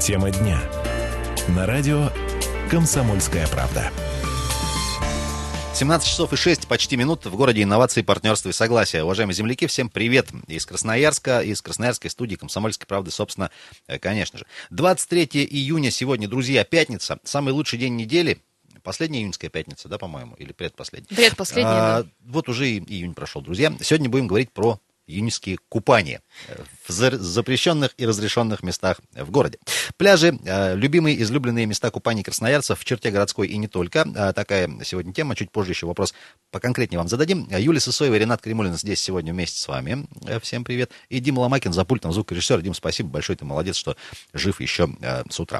Тема дня. На радио «Комсомольская правда». 17 часов и 6 почти минут в городе инноваций, партнерства и согласия. Уважаемые земляки, всем привет из Красноярска, из Красноярской студии «Комсомольской правды», собственно, конечно же. 23 июня сегодня, друзья, пятница, самый лучший день недели. Последняя июньская пятница, да, по-моему, или предпоследняя? Предпоследняя, да. Вот уже и июнь прошел, друзья. Сегодня будем говорить про июньские купания в запрещенных и разрешенных местах в городе. Пляжи, любимые, излюбленные места купаний красноярцев в черте городской и не только. Такая сегодня тема, чуть позже еще вопрос поконкретнее вам зададим. Юлия Сысоева и Ренат Кремулин здесь сегодня вместе с вами. Всем привет. И Дима Ломакин за пультом, звукорежиссер. Дим, спасибо большое, ты молодец, что жив еще с утра.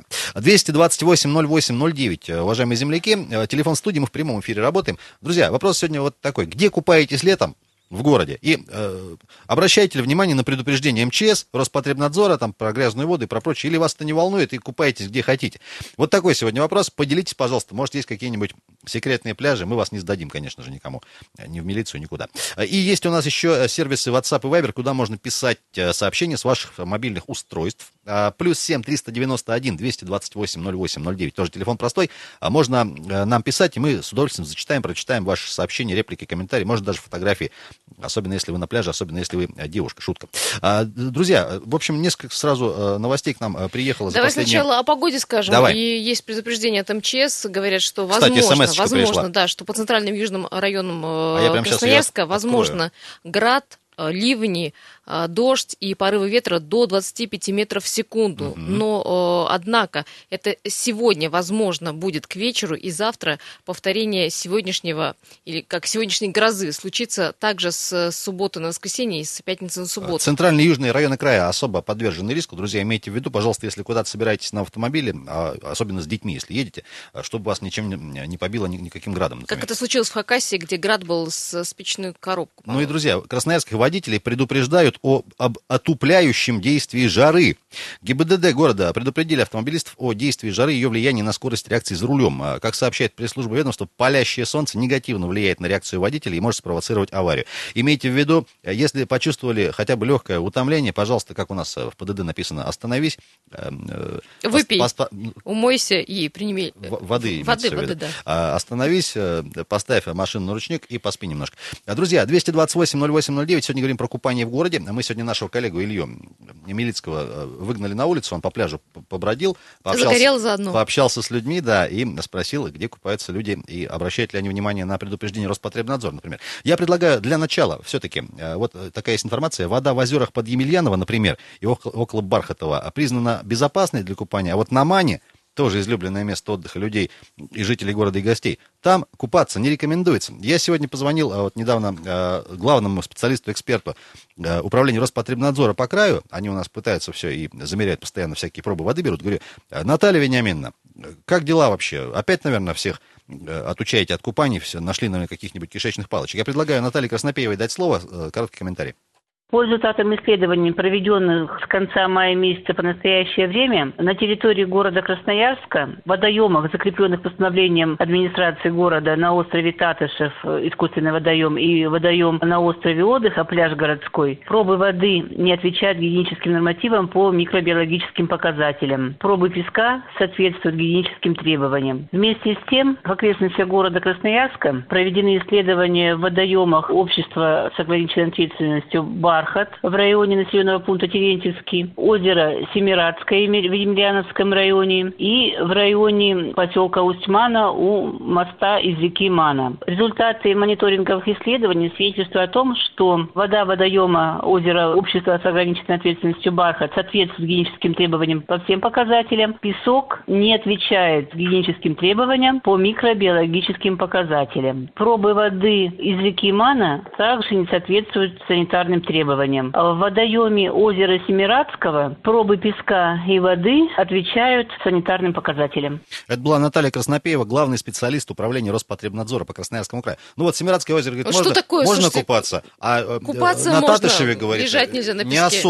228-08-09, уважаемые земляки. Телефон студии, мы в прямом эфире работаем. Друзья, вопрос сегодня вот такой. Где купаетесь летом в городе? И обращайте ли внимание на предупреждение МЧС, Роспотребнадзора, там, про грязную воду и про прочее, или вас это не волнует и купаетесь где хотите? Вот такой сегодня вопрос. Поделитесь, пожалуйста, может, есть какие-нибудь секретные пляжи, мы вас не сдадим, конечно же, никому, ни в милицию, никуда. И есть у нас еще сервисы WhatsApp и Viber, куда можно писать сообщения с ваших мобильных устройств. Плюс 7 391 228 08 09, тоже телефон простой. Можно нам писать, и мы с удовольствием зачитаем, прочитаем ваши сообщения, реплики, комментарии, может, даже фотографии. Особенно если вы на пляже, особенно если вы девушка. Шутка. Друзья, в общем, несколько сразу новостей к нам приехало. Давай сначала о погоде скажем. Давай. И есть предупреждение от МЧС, говорят, что Кстати, возможно, да, что по центральным и южным районам Красноярска возможно град, ливни, дождь и порывы ветра до 25 метров в секунду. Но, однако, это сегодня, возможно, будет к вечеру, и завтра повторение сегодняшнего, или как сегодняшней грозы, случится также с субботы на воскресенье и с пятницы на субботу. Центральные и южные районы края особо подвержены риску. Друзья, имейте в виду, пожалуйста, если куда-то собираетесь на автомобиле, особенно с детьми, если едете, чтобы вас ничем не побило никаким градом, например. Как это случилось в Хакасии, где град был с спичную коробку. Ну и, друзья, красноярских водителей предупреждают об отупляющем действии жары. ГИБДД города предупредили автомобилистов о действии жары и ее влиянии на скорость реакции за рулем. Как сообщает пресс-служба ведомства, палящее солнце негативно влияет на реакцию водителя и может спровоцировать аварию. Имейте в виду, если почувствовали хотя бы легкое утомление, пожалуйста, как у нас в ПДД написано, остановись. Выпей, умойся и прими воды, да. Остановись, поставь машину на ручник и поспи немножко. Друзья, 228-08-09, сегодня говорим про купание в городе. Мы сегодня нашего коллегу Илью Милицкого выгнали на улицу, он по пляжу побродил, пообщался с людьми, да, и спросил, где купаются люди, и обращают ли они внимание на предупреждение Роспотребнадзора, например. Я предлагаю для начала все-таки, вот такая есть информация, вода в озерах под Емельяново, например, и около Бархатова признана безопасной для купания, а вот на Мане, тоже излюбленное место отдыха людей и жителей города и гостей, там купаться не рекомендуется. Я сегодня позвонил вот недавно главному специалисту-эксперту управления Роспотребнадзора по краю, они у нас пытаются все и замеряют постоянно, всякие пробы воды берут, говорю, Наталья Вениаминовна, как дела вообще? Опять, наверное, всех отучаете от купаний, все, нашли, наверное, каких-нибудь кишечных палочек. Я предлагаю Наталье Краснопеевой дать слово, короткий комментарий. По результатам исследований, проведенных с конца мая месяца по настоящее время, на территории города Красноярска, в водоемах, закрепленных постановлением администрации города на острове Татышев, искусственный водоем, и водоем на острове Отдыха, пляж городской, пробы воды не отвечают гигиеническим нормативам по микробиологическим показателям. Пробы песка соответствуют гигиеническим требованиям. Вместе с тем, в окрестностях города Красноярска проведены исследования в водоемах общества с ограниченной ответственностью «Бархат» в районе населенного пункта Терентьевский, озеро Семирадское в Емельяновском районе и в районе поселка Усть-Мана у моста из реки Мана. Результаты мониторинговых исследований свидетельствуют о том, что вода водоема озера общества с ограниченной ответственностью «Бархат» соответствует гигиеническим требованиям по всем показателям. Песок не отвечает гигиеническим требованиям по микробиологическим показателям. Пробы воды из реки Мана также не соответствуют санитарным требованиям. В водоеме озера Семирадского пробы песка и воды отвечают санитарным показателям. Это была Наталья Краснопеева, главный специалист управления Роспотребнадзора по Красноярскому краю. Ну вот Семирадское озеро, говорит, можно купаться, а купаться на можно, Татышеве, говорит, лежать нельзя на песке. Не особо.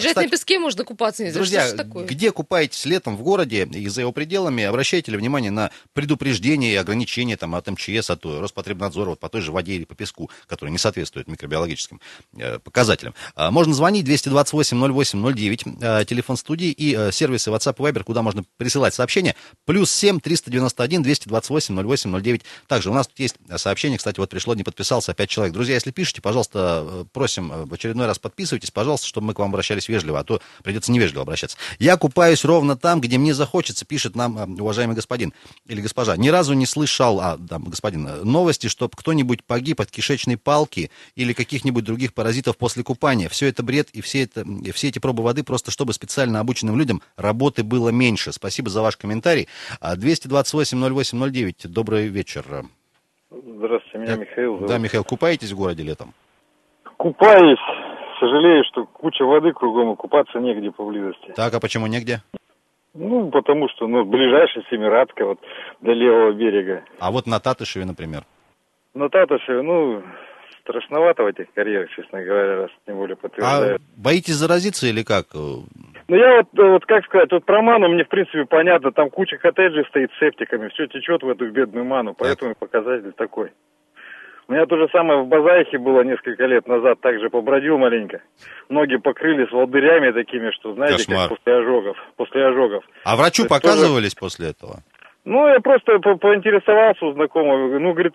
Лежать на песке можно купаться нельзя. Друзья, что такое? Где купаетесь летом в городе и за его пределами, обращайте ли внимание на предупреждения и ограничения там, от МЧС, от Роспотребнадзора, вот по той же воде или по песку, которые не соответствуют микробиологическим показателям. Можно звонить 228-08-09, телефон студии и сервисы WhatsApp и Viber, куда можно присылать сообщения, +7 391 228 08 09. Также у нас тут есть сообщение, кстати, вот пришло, не подписался 5 человек. Друзья, если пишете, пожалуйста, просим в очередной раз подписывайтесь, пожалуйста, чтобы мы к вам обращались вежливо, а то придется невежливо обращаться. Я купаюсь ровно там, где мне захочется, пишет нам уважаемый господин или госпожа. Ни разу не слышал, господин, новости, чтобы кто-нибудь погиб от кишечной палки или каких-нибудь других паразитов после купания. Все это бред, и все эти пробы воды просто, чтобы специально обученным людям работы было меньше. Спасибо за ваш комментарий. 228-08-09. Добрый вечер. Здравствуйте, меня Михаил зовут. Да, Михаил, купаетесь в городе летом? Купаюсь. Сожалею, что куча воды кругом, и купаться негде поблизости. Так, а почему негде? Потому что, ближайшая Семирадка, вот, до левого берега. А вот на Татышеве, например? На Татышеве, страшновато в этих карьерах, честно говоря, раз тем более подтверждают. А боитесь заразиться или как? Я как сказать, про ману мне, в принципе, понятно, там куча коттеджей стоит с септиками, все течет в эту бедную ману, поэтому показатель такой. У меня то же самое в Базаихе было несколько лет назад, также побродил маленько. Ноги покрылись волдырями такими, что, знаете, Кошмар. как после ожогов. А врачу показывались после этого? Я просто поинтересовался у знакомого.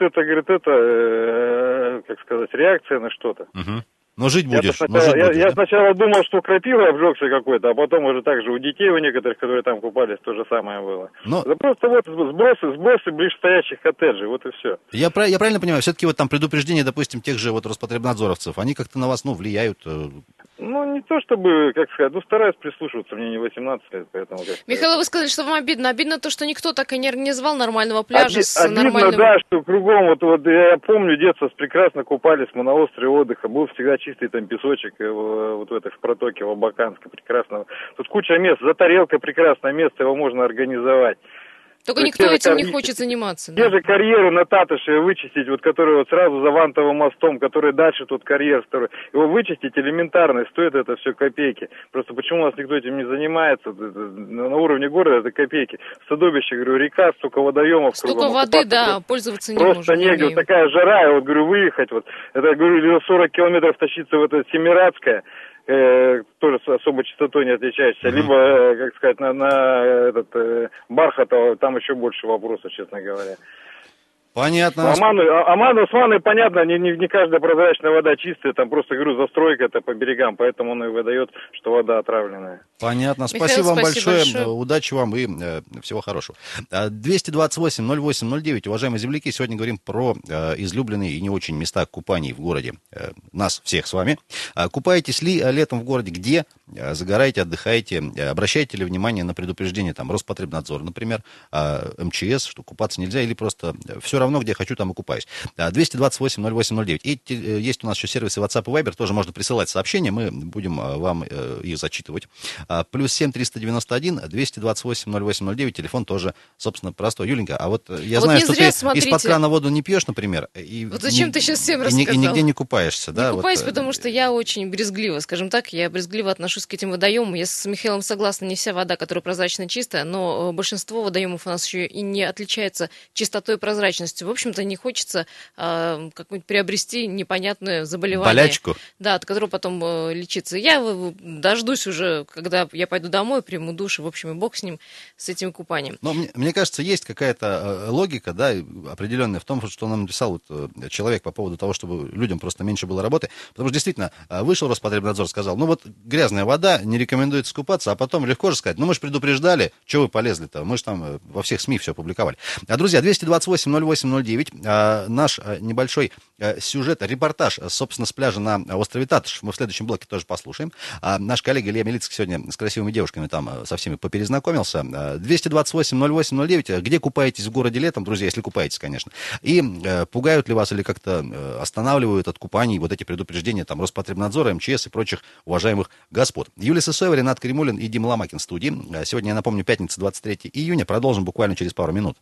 Реакция на что-то. Угу. Но жить будешь. Я сначала думал, что крапива обжегся какой-то, а потом уже так же у детей, у некоторых, которые там купались, то же самое было. Это просто сбросы ближстоящих коттеджей, вот и все. Я правильно понимаю, все-таки вот там предупреждения, допустим, тех же вот Роспотребнадзоровцев, они как-то на вас, влияют? Не то чтобы, стараюсь прислушиваться, мне не 18 лет, поэтому... Михаил, вы сказали, что вам обидно. Обидно то, что никто так и не организовал нормального пляжа обидно, да, что кругом, я помню, детство прекрасно купались мы на острове отдыха, был всегда чистый там песочек, в протоке в Абаканске, прекрасно. Тут куча мест, за тарелкой прекрасное место, его можно организовать. Только никто этим не хочет заниматься. Те же карьеры на Татышеве вычистить, которые сразу за Вантовым мостом, который дальше тут карьер второй. Его вычистить элементарно, и стоит это все копейки. Просто почему у нас никто этим не занимается? На уровне города это копейки. Стадобище, река, столько водоемов. Столько воды, пользоваться не просто можем. Просто негде, такая жара, выехать, это, 40 километров тащиться в это Семирадское, тоже с особой частотой не отличающийся, либо, на Бархатово, там еще больше вопросов, честно говоря. Понятно. С маной, понятно, не каждая прозрачная вода чистая, там просто, застройка это по берегам, поэтому он и выдает, что вода отравленная. Понятно. Михаил, спасибо вам большое. Удачи вам и всего хорошего. 228-08-09. Уважаемые земляки, сегодня говорим про излюбленные и не очень места купаний в городе. Нас всех с вами. Купаетесь ли летом в городе? Где? Загораете, отдыхаете? Обращаете ли внимание на предупреждение Роспотребнадзора, например, МЧС, что купаться нельзя, или просто все равно, где хочу, там и купаюсь. 228-08-09. И есть у нас еще сервисы WhatsApp и Viber, тоже можно присылать сообщения, мы будем вам их зачитывать. +7 391 228 08 09, телефон тоже, собственно, простой. Юленька, а я знаю, что ты из-под крана воду не пьешь, например. Зачем ты сейчас всем рассказал? И нигде не купаешься, да? Не купаюсь, потому что я очень брезглива, скажем так, я брезгливо отношусь к этим водоемам. Я с Михаилом согласна, не вся вода, которая прозрачная, чистая, но большинство водоемов у нас еще и не отличается чистотой и прозрачностью. В общем-то, не хочется как-нибудь приобрести непонятное заболевание. Болячку? Да, от которого потом лечиться. Я дождусь уже, когда я пойду домой, приму душ, и, в общем, и бог с ним, с этим купанием. Но мне кажется, есть какая-то логика, да, определенная в том, что нам написал человек по поводу того, чтобы людям просто меньше было работы. Потому что, действительно, вышел Роспотребнадзор, сказал, грязная вода, не рекомендуется купаться, а потом легко же сказать, мы же предупреждали, что вы полезли-то, мы же там во всех СМИ все публиковали. Друзья, 228-08-09, наш небольшой сюжет, репортаж, собственно, с пляжа на острове Татышев мы в следующем блоке тоже послушаем. Наш коллега Илья Милицкий сегодня с красивыми девушками там со всеми поперезнакомился. 228-08-09, где купаетесь в городе летом, друзья, если купаетесь, конечно, и пугают ли вас или как-то останавливают от купаний вот эти предупреждения Роспотребнадзора, МЧС и прочих уважаемых господ. Юлия Сысоева, Ренат Каримулин и Дима Ломакин в студии. Сегодня, я напомню, пятница, 23 июня. Продолжим буквально через пару минут.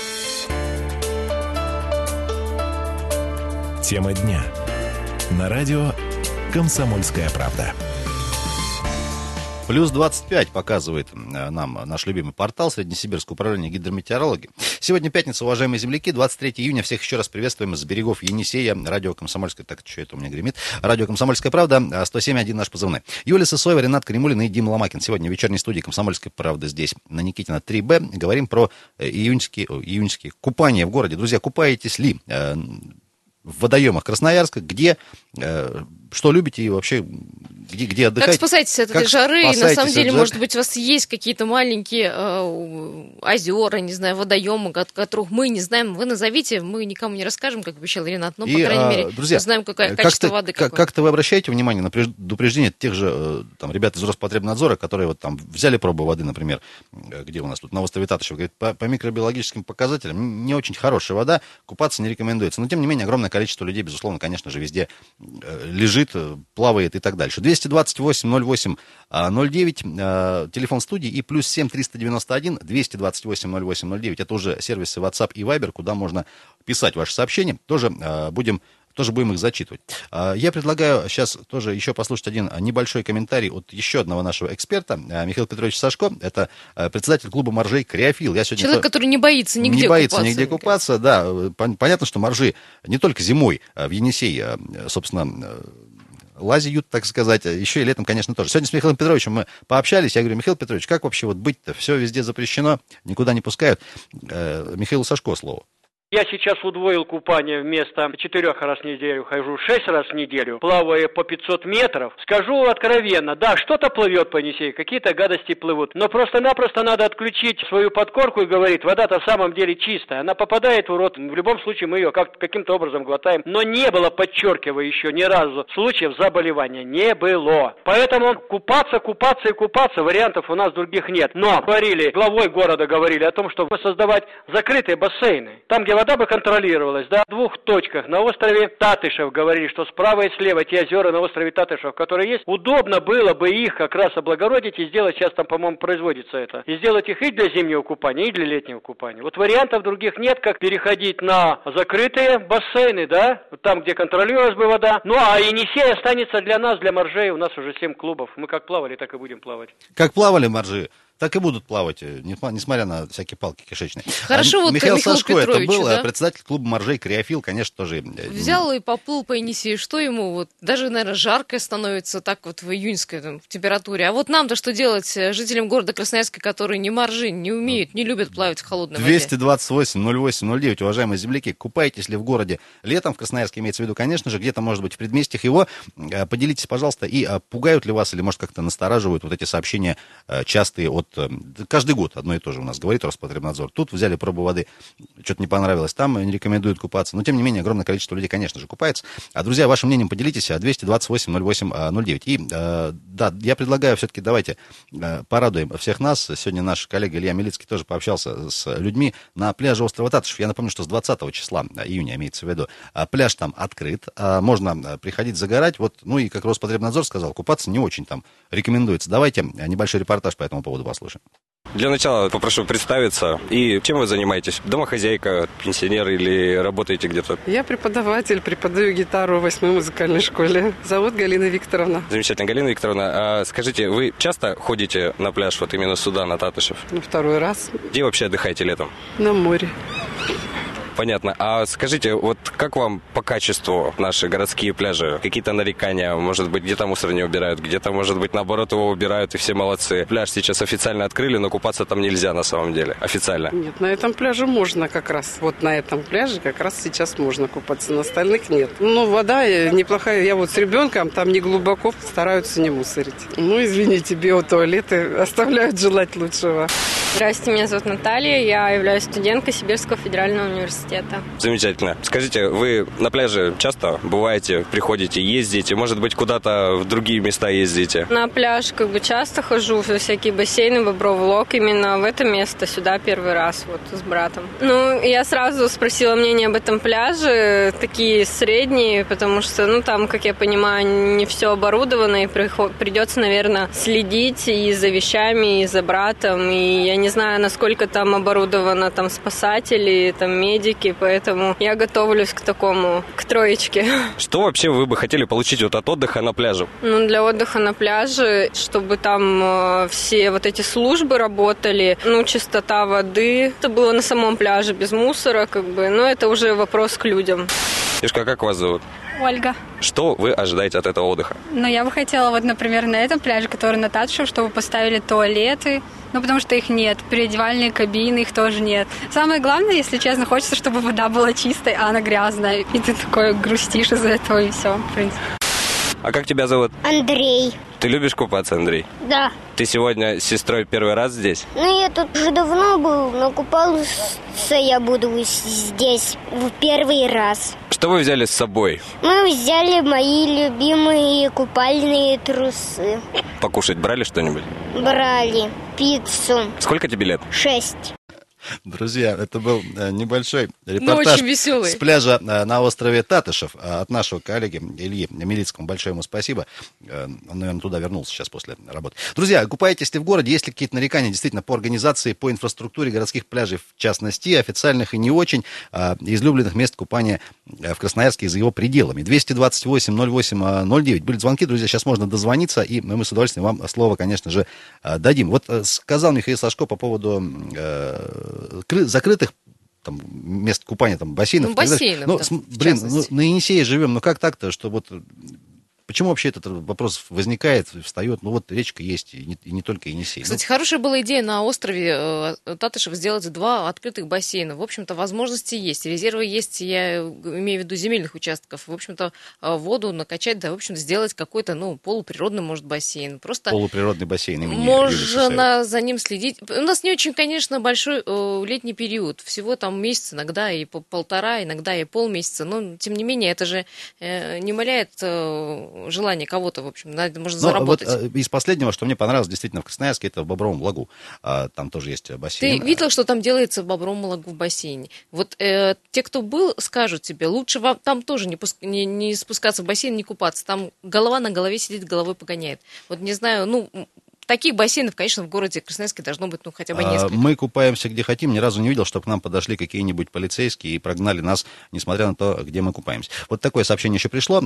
Тема дня. На радио «Комсомольская правда». Плюс 25 показывает нам наш любимый портал Среднесибирское управление гидрометеорологии. Сегодня пятница, уважаемые земляки, 23 июня. Всех еще раз приветствуем с берегов Енисея. Радио «Комсомольская». Так, что это у меня гремит? Радио «Комсомольская правда». 107.1 наш позывной. Юлия Сысоева, Ренат Каримулин и Дима Ломакин. Сегодня в вечерней студии «Комсомольская правда» здесь, на Никитина 3Б. Говорим про июньские купания в городе. Друзья, купаетесь ли в водоемах Красноярска? Где? Что любите и вообще где отдыхать? Как спасаетесь от этой жары? И на самом деле, может быть, у вас есть какие-то маленькие озера, не знаю, водоемы, о которых мы не знаем. Вы назовите, мы никому не расскажем, как обещал Ренат, но, по крайней мере, друзья, знаем, какое качество воды. Как-то вы обращаете внимание на предупреждение тех же там, ребят из Роспотребнадзора, которые вот там взяли пробу воды, например, где у нас тут, на острове Татышева, говорит, по микробиологическим показателям не очень хорошая вода, купаться не рекомендуется. Но, тем не менее, огромное количество людей, безусловно, конечно же, везде лежит, плавает и так дальше. 228-08-09, телефон студии, и плюс 7-391-228-08-09. Это уже сервисы WhatsApp и Viber, куда можно писать ваши сообщения. Тоже будем их зачитывать. Я предлагаю сейчас тоже еще послушать один небольшой комментарий от еще одного нашего эксперта, Михаил Петрович Сашко. Это председатель клуба моржей «Криофил». Человек, который не боится нигде купаться. Да, понятно, что моржи не только зимой в Енисее, собственно, лазят, так сказать, еще и летом, конечно, тоже. Сегодня с Михаилом Петровичем мы пообщались. Я говорю, Михаил Петрович, как вообще вот быть-то? Все везде запрещено, никуда не пускают. Михаилу Сашко слово. Я сейчас удвоил купание, вместо 4 раз в неделю хожу 6 раз в неделю, плаваю по 500 метров. Скажу откровенно, да, что-то плывет по Енисею, какие-то гадости плывут, но просто-напросто надо отключить свою подкорку и говорить, вода-то в самом деле чистая, она попадает в рот, в любом случае мы ее каким-то образом глотаем, но не было, подчеркиваю еще, ни разу случаев заболевания, не было. Поэтому купаться, вариантов у нас других нет. Но главой города говорили о том, чтобы создавать закрытые бассейны, там, где вода бы контролировалась, да, в 2 точках. На острове Татышев говорили, что справа и слева те озера на острове Татышев, которые есть, удобно было бы их как раз облагородить и сделать, сейчас там, по-моему, производится это, и сделать их и для зимнего купания, и для летнего купания. Вот вариантов других нет, как переходить на закрытые бассейны, да, там, где контролировалась бы вода. Ну, а Енисей останется для нас, для моржей, у нас уже 7 клубов. Мы как плавали, так и будем плавать. Как плавали моржи, так и будут плавать, несмотря на всякие палки кишечные. Хорошо, вот Михаил Сашко, Петрович, это был, да? Председатель клуба моржей «Криофил», конечно, тоже. Взял и поплыл по Енисею, что ему, вот, даже, наверное, жарко становится так вот в июньской температуре. А вот нам-то что делать, жителям города Красноярска, которые не моржи, не умеют, не любят плавать в холодной воде? 228-08-09, уважаемые земляки, купаетесь ли в городе летом, в Красноярске имеется в виду, конечно же, где-то, может быть, в предместьях его. Поделитесь, пожалуйста, и пугают ли вас, или, может, как-то настораживают вот эти сообщения частые от... Каждый год одно и то же у нас говорит Роспотребнадзор. Тут взяли пробу воды, что-то не понравилось, там не рекомендуют купаться. Но, тем не менее, огромное количество людей, конечно же, купается. А, друзья, вашим мнением поделитесь. 228-08-09. И, да, я предлагаю все-таки, давайте порадуем всех нас. Сегодня наш коллега Илья Милицкий тоже пообщался с людьми на пляже острова Татышев. Я напомню, что с 20 числа июня, имеется в виду, пляж там открыт. Можно приходить загорать. Вот, ну и, как Роспотребнадзор сказал, купаться не очень там рекомендуется. Давайте небольшой репортаж по этому поводу послушаем. Для начала попрошу представиться. И чем вы занимаетесь? Домохозяйка, пенсионер или работаете где-то? Я преподаватель, преподаю гитару в 8-й музыкальной школе. Зовут Галина Викторовна. Замечательно. Галина Викторовна, а скажите, вы часто ходите на пляж, вот именно сюда, на Татышев? Второй раз. Где вообще отдыхаете летом? На море. Понятно. А скажите, вот как вам по качеству наши городские пляжи? Какие-то нарекания? Может быть, где-то мусор не убирают, где-то, может быть, наоборот, его убирают, и все молодцы. Пляж сейчас официально открыли, но купаться там нельзя на самом деле. Официально. Нет, на этом пляже можно как раз. Вот на этом пляже как раз сейчас можно купаться, на остальных нет. Ну, вода неплохая. Я вот с ребенком, там не глубоко, стараются не мусорить. Ну, извините, биотуалеты оставляют желать лучшего. Здравствуйте, меня зовут Наталья, я являюсь студенткой Сибирского федерального университета. Замечательно. Скажите, вы на пляже часто бываете, приходите, ездите, может быть, куда-то в другие места ездите? На пляж часто хожу, во всякие бассейны, Бобровый Лог, именно в это место, сюда первый раз, вот с братом. Ну, я сразу спросила мнение об этом пляже, такие средние, потому что, там, как я понимаю, не все оборудовано, и придется, наверное, следить и за вещами, и за братом, и я не знаю, насколько там оборудовано, там спасатели, там медики, садики, поэтому я готовлюсь к такому, к троечке. Что вообще вы бы хотели получить вот от отдыха на пляже? Ну, для отдыха на пляже, чтобы там все вот эти службы работали, чистота воды. Это было на самом пляже, без мусора, но это уже вопрос к людям. Девушка, как вас зовут? Ольга. Что вы ожидаете от этого отдыха? Я бы хотела, например, на этом пляже, который на Татышев, чтобы поставили туалеты, потому что их нет, переодевальные кабины, их тоже нет. Самое главное, если честно, хочется, чтобы вода была чистой, а она грязная, и ты такой грустишь из-за этого, и все, в принципе. А как тебя зовут? Андрей. Ты любишь купаться, Андрей? Да. Ты сегодня с сестрой первый раз здесь? Я тут уже давно был, но купался я буду здесь в первый раз. Что вы взяли с собой? Мы взяли мои любимые купальные трусы. Покушать брали что-нибудь? Брали пиццу. Сколько тебе лет? 6. Друзья, это был небольшой репортаж с пляжа на острове Татышев от нашего коллеги Ильи Милицкому. Большое ему спасибо. Он, наверное, туда вернулся сейчас после работы. Друзья, купаетесь ли в городе? Есть ли какие-то нарекания действительно по организации, по инфраструктуре городских пляжей, в частности, официальных и не очень, излюбленных мест купания в Красноярске и за его пределами? 228-08-09. Были звонки, друзья, сейчас можно дозвониться, и мы с удовольствием вам слово, конечно же, дадим. Вот сказал Михаил Сашко по поводу закрытых там, мест купания, там, бассейнов. Бассейнов, на Енисее живем, как так-то, что вот... Почему вообще этот вопрос возникает, встает? Речка есть, и не только Енисей. Кстати, хорошая была идея на острове Татышев сделать 2 открытых бассейна. В общем-то, возможности есть, резервы есть, я имею в виду земельных участков. В общем-то, воду накачать, в общем-то, сделать какой-то, полуприродный, может, бассейн. Просто полуприродный бассейн. Можно за ним следить. У нас не очень, конечно, большой летний период. Всего там месяц, иногда и полтора, иногда и полмесяца. Но, тем не менее, это же не умаляет желание кого-то, в общем, можно заработать. Из последнего, что мне понравилось действительно в Красноярске, это в Бобровом лагу. Там тоже есть бассейн. Ты видел, что там делается в Бобровом лагу в бассейне? Те, кто был, скажут тебе, лучше вам там тоже не спускаться в бассейн, не купаться. Там голова на голове сидит, головой погоняет. Не знаю, таких бассейнов, конечно, в городе Красноярске должно быть, хотя бы несколько. Мы купаемся где хотим. Ни разу не видел, чтобы к нам подошли какие-нибудь полицейские и прогнали нас, несмотря на то, где мы купаемся. Вот такое сообщение еще пришло.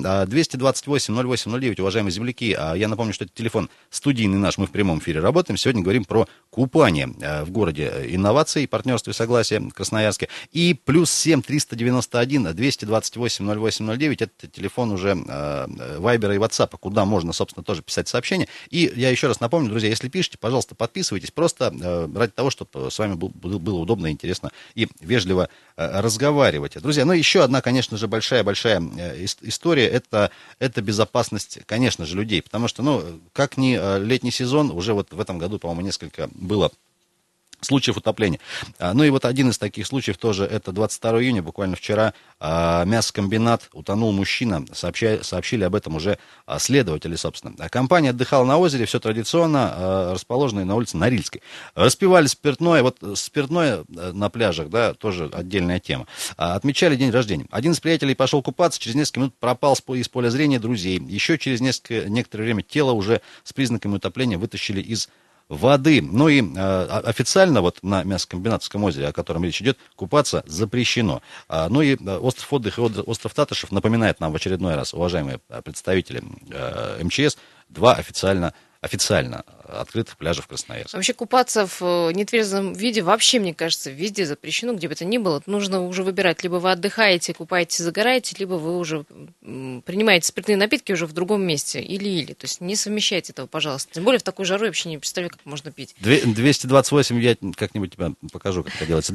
228-08-09, уважаемые земляки. Я напомню, что это телефон студийный наш. Мы в прямом эфире работаем. Сегодня говорим про купание в городе инноваций, партнерства и согласия в Красноярске. И +7 391 228-08-09. Это телефон уже Вайбера и Ватсапа, куда можно, собственно, тоже писать сообщения. И я еще раз напомню, друзья, если пишете, пожалуйста, подписывайтесь, просто ради того, чтобы с вами было удобно, интересно и вежливо разговаривать. Друзья, еще одна, конечно же, большая-большая история, это безопасность, конечно же, людей, потому что, как ни летний сезон, уже в этом году, по-моему, несколько было случаев утопления. И один из таких случаев тоже, это 22 июня, буквально вчера, мясокомбинат, утонул мужчина, сообщили об этом уже следователи, собственно. Компания отдыхала на озере, все традиционно, расположенное на улице Норильской. Распивали спиртное, спиртное на пляжах, да, тоже отдельная тема. Отмечали день рождения. Один из приятелей пошел купаться, через несколько минут пропал из поля зрения друзей. Еще через некоторое время тело уже с признаками утопления вытащили из воды. И официально на мясокомбинатском озере, о котором речь идет, купаться запрещено. И остров отдыха и остров Татышев напоминает нам в очередной раз, уважаемые представители МЧС, 2 официально открытых пляжа в Красноярске. Вообще купаться в нетрезвом виде вообще, мне кажется, везде запрещено, где бы это ни было. Нужно уже выбирать, либо вы отдыхаете, купаетесь, загораете, либо вы уже принимаете спиртные напитки уже в другом месте. Или. То есть не совмещайте этого, пожалуйста. Тем более в такой жару я вообще не представляю, как можно пить. 228, я как-нибудь тебе покажу, как это делается.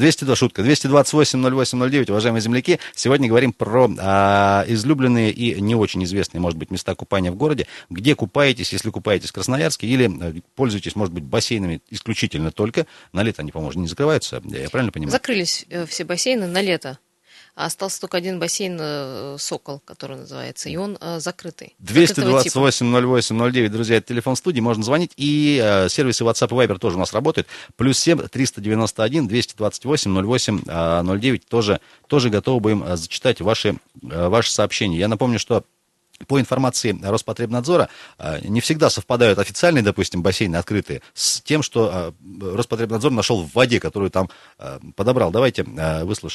228-08-09, уважаемые земляки. Сегодня говорим про излюбленные и не очень известные, может быть, места купания в городе. Где купаетесь, если купаетесь в Красноярске, или пользуетесь, может быть, бассейнами исключительно только. На лето они, по-моему, не закрываются, я правильно понимаю? Закрылись все бассейны на лето. Остался только один бассейн «Сокол», который называется, и он закрытый. 228-08-09, друзья, это телефон студии, можно звонить, и сервисы WhatsApp и Viber тоже у нас работают. +7 391 228 08 09, тоже готовы будем зачитать ваши сообщения. Я напомню, что по информации Роспотребнадзора, не всегда совпадают официальные, допустим, бассейны открытые с тем, что Роспотребнадзор нашел в воде, которую там подобрал. Давайте выслушаем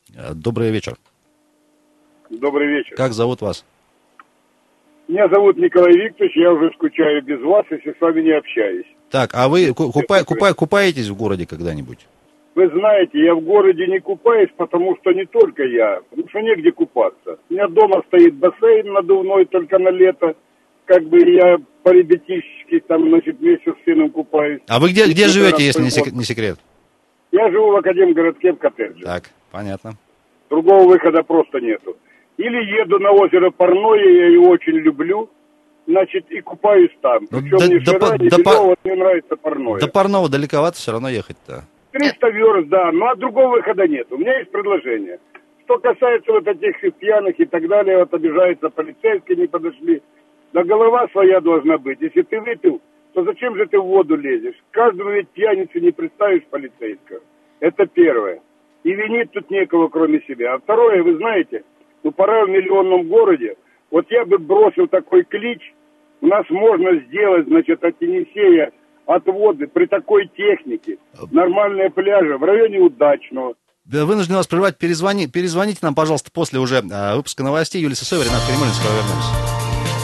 Добрый вечер. Добрый вечер. Как зовут вас? Меня зовут Николай Викторович, я уже скучаю без вас, если с вами не общаюсь. Так, а вы купаетесь в городе когда-нибудь? Вы знаете, я в городе не купаюсь, потому что не только я, потому что негде купаться. У меня дома стоит бассейн надувной только на лето, как бы я по-ребятишечки там, значит, вместе с сыном купаюсь. А вы где живете, если не секрет? Я живу в Академгородке в коттедже. Так, понятно. Другого выхода просто нету. Или еду на озеро Парное, я его очень люблю, значит, и купаюсь там. Причем ни Шира, ни Белева, мне нравится Парное. До Парного далековато все равно ехать-то. 300 верст, да, ну а другого выхода нет. У меня есть предложение. Что касается вот этих пьяных и так далее, вот обижаются полицейские, не подошли. Да голова своя должна быть. Если ты выпил, то зачем же ты в воду лезешь? Каждому ведь пьяницу не представишь полицейского. Это первое. И винить тут некого, кроме себя. А второе, вы знаете, ну пора в миллионном городе. Вот я бы бросил такой клич. У нас можно сделать, значит, от Енисея отводы при такой технике. Нормальные пляжи в районе Удачного. Вынужден вас прервать. Перезвоните нам, пожалуйста, после уже выпуска новостей. Юлия Сысоева, Ренат Каримуллин, скоро вернемся.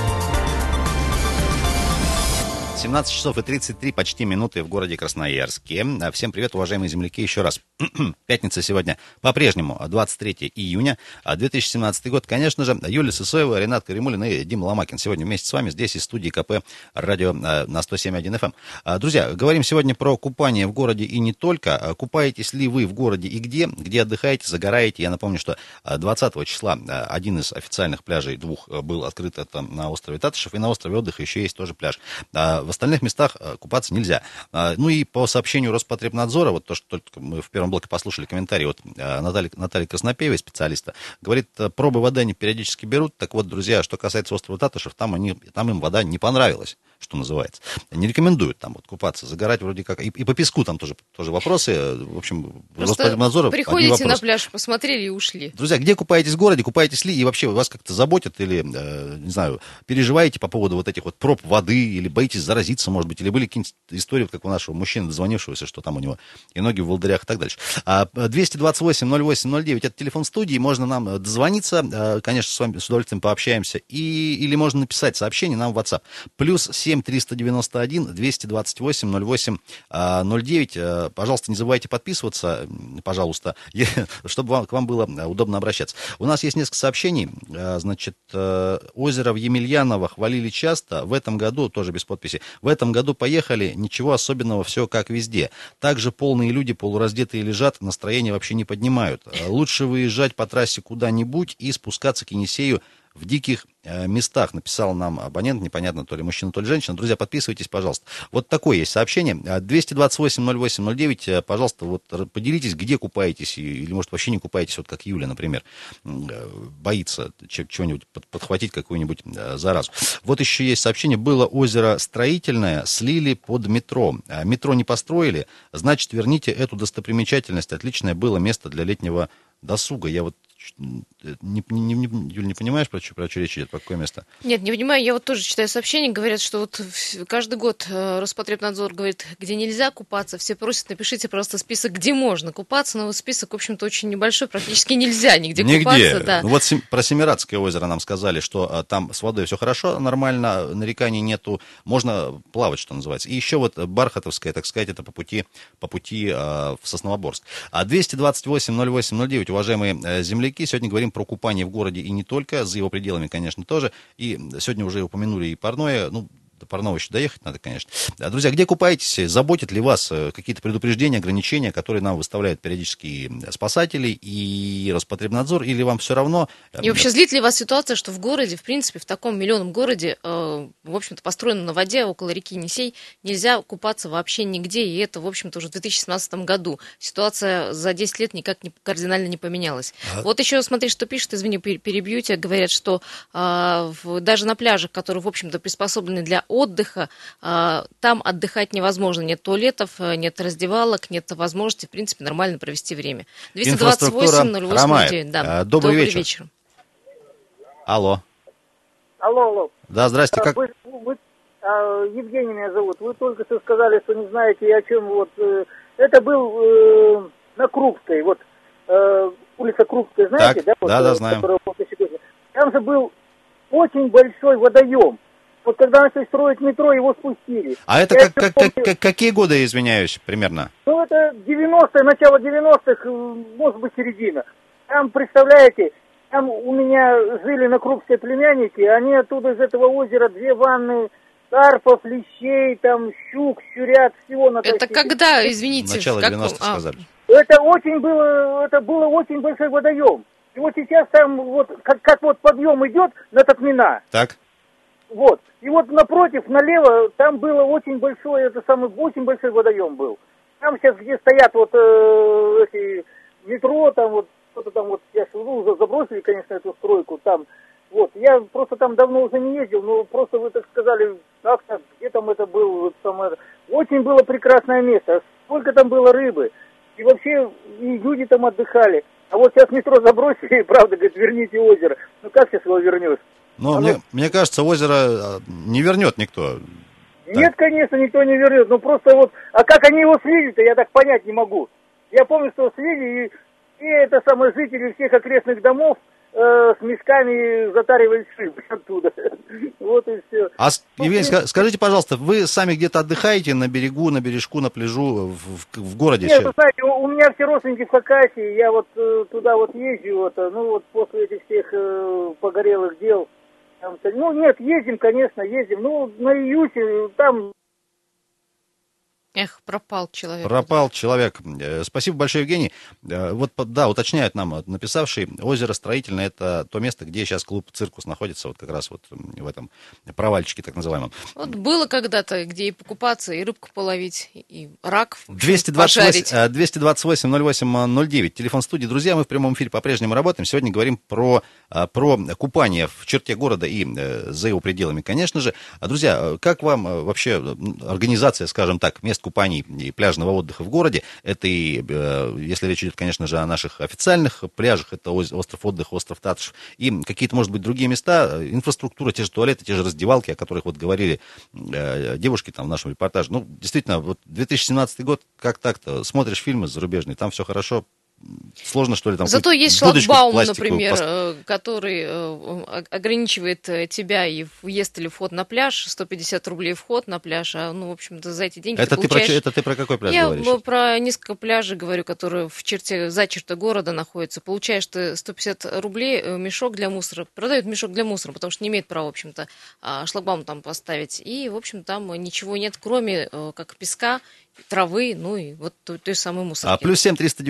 17 часов и 33 почти минуты в городе Красноярске. Всем привет, уважаемые земляки, еще раз. Пятница сегодня по-прежнему, 23 июня 2017 год. Конечно же, Юлия Сысоева, Ренат Каримуллин и Дима Ломакин сегодня вместе с вами здесь из студии КП радио на 107.1 FM. Друзья, говорим сегодня про купание в городе и не только. Купаетесь ли вы в городе и где отдыхаете, загораете? Я напомню, что 20 числа один из официальных пляжей, двух, был открыт, это на острове Татышев, и на острове отдыха еще есть тоже пляж. В остальных местах купаться нельзя. Ну и по сообщению Роспотребнадзора, вот то, что только мы в первом блоке послушали комментарий от Натальи Краснопеевой, специалиста, говорит, пробы воды они периодически берут. Так вот, друзья, что касается острова Татышев, там им вода не понравилась, что называется. Не рекомендуют там вот купаться, загорать вроде как. И по песку там тоже вопросы. В общем, Роспотребнадзора приходите на пляж, посмотрели и ушли. Друзья, где купаетесь в городе, купаетесь ли, и вообще вас как-то заботит или, не знаю, переживаете по поводу вот этих вот проб воды, или боитесь заразиться, может быть, или были какие-нибудь истории, как у нашего мужчины, дозвонившегося, что там у него и ноги в волдырях и так дальше. 228-08-09, это телефон студии, можно нам дозвониться, конечно, с вами с удовольствием пообщаемся, или можно написать сообщение нам в WhatsApp. Плюс 7-391-228-08-09. Пожалуйста, не забывайте подписываться, пожалуйста, чтобы к вам было удобно обращаться. У нас есть несколько сообщений. Значит, озеро в Емельяново хвалили часто, в этом году, тоже без подписи, в этом году поехали, ничего особенного, все как везде. Также полные люди, полураздетые лежат, настроение вообще не поднимают. Лучше выезжать по трассе куда-нибудь и спускаться к Енисею в диких местах, написал нам абонент, непонятно, то ли мужчина, то ли женщина. Друзья, подписывайтесь, пожалуйста. Вот такое есть сообщение. 228-08-09, пожалуйста, вот поделитесь, где купаетесь, или, может, вообще не купаетесь, вот как Юля, например, боится чего-нибудь подхватить, какую-нибудь заразу. Вот еще есть сообщение. Было озеро строительное, слили под метро. Метро не построили, значит, верните эту достопримечательность. Отличное было место для летнего досуга. Я вот Юль, не понимаешь, про что речь идет, про какое место? Нет, не понимаю. Я вот тоже читаю сообщения, говорят, что вот каждый год Роспотребнадзор говорит, где нельзя купаться, все просят, напишите просто список, где можно купаться, но вот список, в общем-то, очень небольшой, практически нельзя нигде купаться. Да. Вот про Семирадское озеро нам сказали, что там с водой все хорошо, нормально, нареканий нету, можно плавать, что называется. И еще вот Бархатовское, так сказать, это по пути в Сосновоборск. 228-08-09, уважаемые земляки, сегодня говорим про купание в городе и не только, за его пределами, конечно, тоже. И сегодня уже упомянули и Парное, ну, до Парного еще доехать надо, конечно. Друзья, где купаетесь? Заботят ли вас какие-то предупреждения, ограничения, которые нам выставляют периодически спасатели и Роспотребнадзор, или вам все равно? И вообще злит ли вас ситуация, что в городе, в принципе, в таком миллионном городе, в общем-то, построенном на воде, около реки Енисей, нельзя купаться вообще нигде, и это, в общем-то, уже в 2017 году. Ситуация за 10 лет никак кардинально не поменялась. Вот еще смотри, что пишут, извини, перебью тебя, говорят, что даже на пляжах, которые, в общем-то, приспособлены для отдыха, там отдыхать невозможно. Нет туалетов, нет раздевалок, нет возможности, в принципе, нормально провести время. 228-08-09. Да. Добрый вечер. Алло. Алло. Да, здрасте. Как? Евгений меня зовут. Вы только что сказали, что не знаете, о чем. Вот это был на Крупской. Вот улица Крупская, знаете, так, да? Да, знаем. Там же был очень большой водоем. Вот когда начали строить метро, его спустили. А это какие годы, извиняюсь, примерно? Ну, это 90-е, начало 90-х, может быть, середина. Там, представляете, там у меня жили на Крупской племянники, они оттуда из этого озера 2 ванны карпов, лещей, там, щук, щурят, всего натащили. Это когда, извините? Начало 90-х сказали. Это было очень большой водоем. И вот сейчас там вот, как вот подъем идет на Токмина. Так. Вот. И вот напротив, налево, там было очень большой, очень большой водоем был. Там сейчас, где стоят вот эти метро, там вот, что-то там вот, сейчас забросили, конечно, эту стройку там. Вот, я просто там давно уже не ездил, но просто вы так сказали, как-то, где там это было, вот, очень было прекрасное место, сколько там было рыбы, и вообще, и люди там отдыхали. А вот сейчас метро забросили, и правда, говорит, верните озеро. Ну как сейчас его вернешь? Ну, мне кажется, озеро не вернет никто. Нет, так. Конечно, никто не вернет. Ну просто вот, а как они его слили-то, я так понять не могу. Я помню, что слили, и это самые жители всех окрестных домов с мешками затаривались рыбой оттуда. Вот и все. А, Евгений, скажите, пожалуйста, вы сами где-то отдыхаете на берегу, на бережку, на пляжу в городе? Нет, вы знаете, у меня все родственники в Хакасии, я вот туда вот езжу, вот, ну вот после этих всех погорелых дел. Там, ну нет, ездим, конечно, ездим. Ну, на Июсе там... Эх, пропал человек. Пропал человек. Спасибо большое, Евгений. Вот, да, уточняют нам написавший, озеро Строительное — это то место, где сейчас клуб «Циркус» находится, вот как раз вот в этом провальчике так называемом. Вот было когда-то, где и покупаться, и рыбку половить, и рак 228-08-09, телефон студии. Друзья, мы в прямом эфире по-прежнему работаем. Сегодня говорим про купание в черте города и за его пределами, конечно же. Друзья, как вам вообще организация, скажем так, мест купаний и пляжного отдыха в городе? Это и, если речь идет, конечно же, о наших официальных пляжах, это остров отдыха, остров Татышев, и какие-то, может быть, другие места, инфраструктура, те же туалеты, те же раздевалки, о которых вот говорили девушки там в нашем репортаже. Ну, действительно, вот 2017 год, как так-то, смотришь фильмы зарубежные, там все хорошо. Сложно, что ли, там... Зато есть шлагбаум, например, который ограничивает тебя и въезд или вход на пляж, 150 рублей вход на пляж, а, ну, в общем-то, за эти деньги это ты получаешь... Это ты про какой пляж говоришь? Я про несколько пляжей говорю, которые за чертой города находятся. Получаешь ты 150 рублей, мешок для мусора, продают мешок для мусора, потому что не имеет права, в общем-то, шлагбаум там поставить. И, в общем, там ничего нет, кроме как песка, травы, ну и вот той самой мусорки. Плюс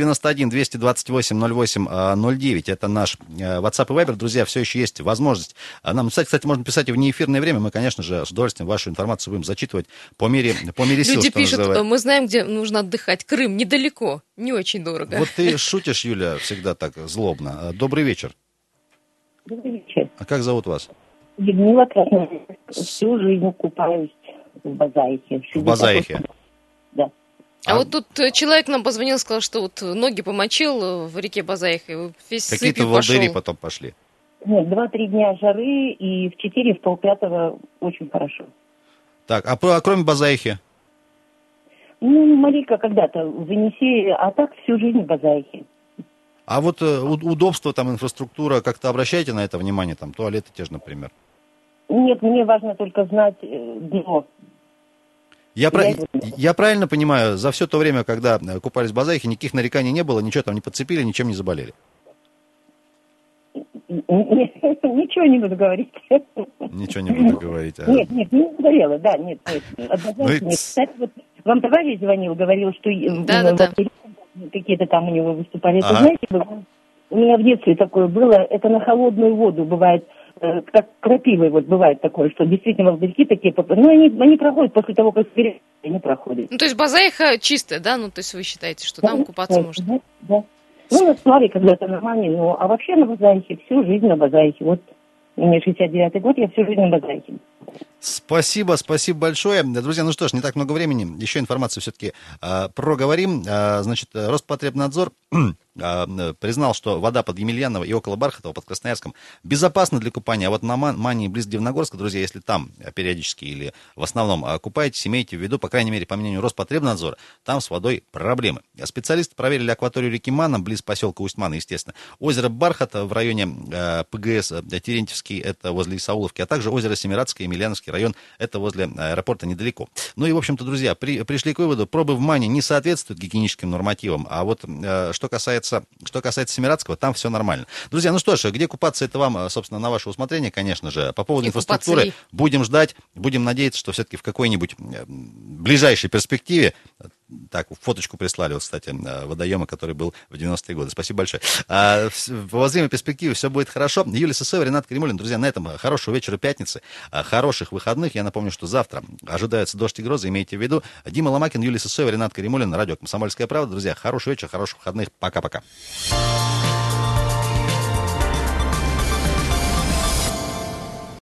7-391-228-08-09. Это наш WhatsApp и Viber. Друзья, все еще есть возможность нам писать. Кстати, можно писать и в неэфирное время. Мы, конечно же, с удовольствием вашу информацию будем зачитывать по мере сил. Люди пишут, мы знаем, где нужно отдыхать. Крым, недалеко, не очень дорого. Вот ты шутишь, Юля, всегда так злобно. Добрый вечер. Добрый вечер. А как зовут вас? Людмила Красноярск. Всю жизнь купаюсь в Базаихе. В Базаихе? Да. А вот тут человек нам позвонил, сказал, что вот ноги помочил в реке Базаихе, весь сыпью какие-то волдыри потом пошли. Нет, 2-3 дня жары, и в 4, в полпятого очень хорошо. Так, а кроме Базаихи? Ну, маленько когда-то в Енисее, а так всю жизнь в Базаихе. А вот удобство, там, инфраструктура, как-то обращаете на это внимание, там, туалеты те же, например? Нет, мне важно только знать дно. Я правильно понимаю, за все то время, когда купались в Базаихе, никаких нареканий не было, ничего там не подцепили, ничем не заболели? Ничего не буду говорить. Ничего не буду говорить. Нет, не заболела, да, нет. Однозначно нет. Кстати, вот вам товарищ звонил, говорил, что какие-то там у него выступали. Это, знаете, у меня в детстве такое было, это на холодную воду бывает, как крапивой вот бывает такое, что действительно волдырьки такие, но они проходят после того, как они проходят. Ну, то есть Базаиха чистая, да? Ну, то есть вы считаете, что там купаться можно? Да. Ну, на Славе когда-то нормально, ну, а вообще на Базаихе, всю жизнь на Базаихе. Вот мне 69-й год, я всю жизнь на Базаихе. Спасибо большое. Друзья, ну что ж, не так много времени. Еще информацию все-таки проговорим. Значит, Роспотребнадзор признал, что вода под Емельяново и около Бархатова, под Красноярском, безопасна для купания. А вот на Мане близ Дивногорска, друзья, если там периодически или в основном купаетесь, имейте в виду, по крайней мере, по мнению Роспотребнадзора, там с водой проблемы. Специалисты проверили акваторию реки Мана, близ поселка Усть-Мана, естественно. Озеро Бархат в районе ПГС Терентьевский, это возле Исауловки, а также озеро Семирадское, Емельяновский район, это возле аэропорта недалеко. Ну и, в общем-то, друзья, пришли к выводу, пробы в Мане не соответствуют гигиеническим нормативам, а вот что касается Семирадского, там все нормально. Друзья, ну что ж, где купаться, это вам, собственно, на ваше усмотрение, конечно же. По поводу инфраструктуры будем ждать, будем надеяться, что все-таки в какой-нибудь ближайшей перспективе. Так, фоточку прислали, вот, кстати, водоема, который был в 90-е годы. Спасибо большое. В обозримой перспективе все будет хорошо. Юлия Сысоева, Ренат Каримуллин. Друзья, на этом хорошего вечера пятницы, хороших выходных. Я напомню, что завтра ожидается дождь и грозы, имейте в виду. Дима Ломакин, Юлия Сысоева, Ренат Каримуллин, радио «Комсомольская правда». Друзья, хорошего вечера, хороших выходных. Пока-пока.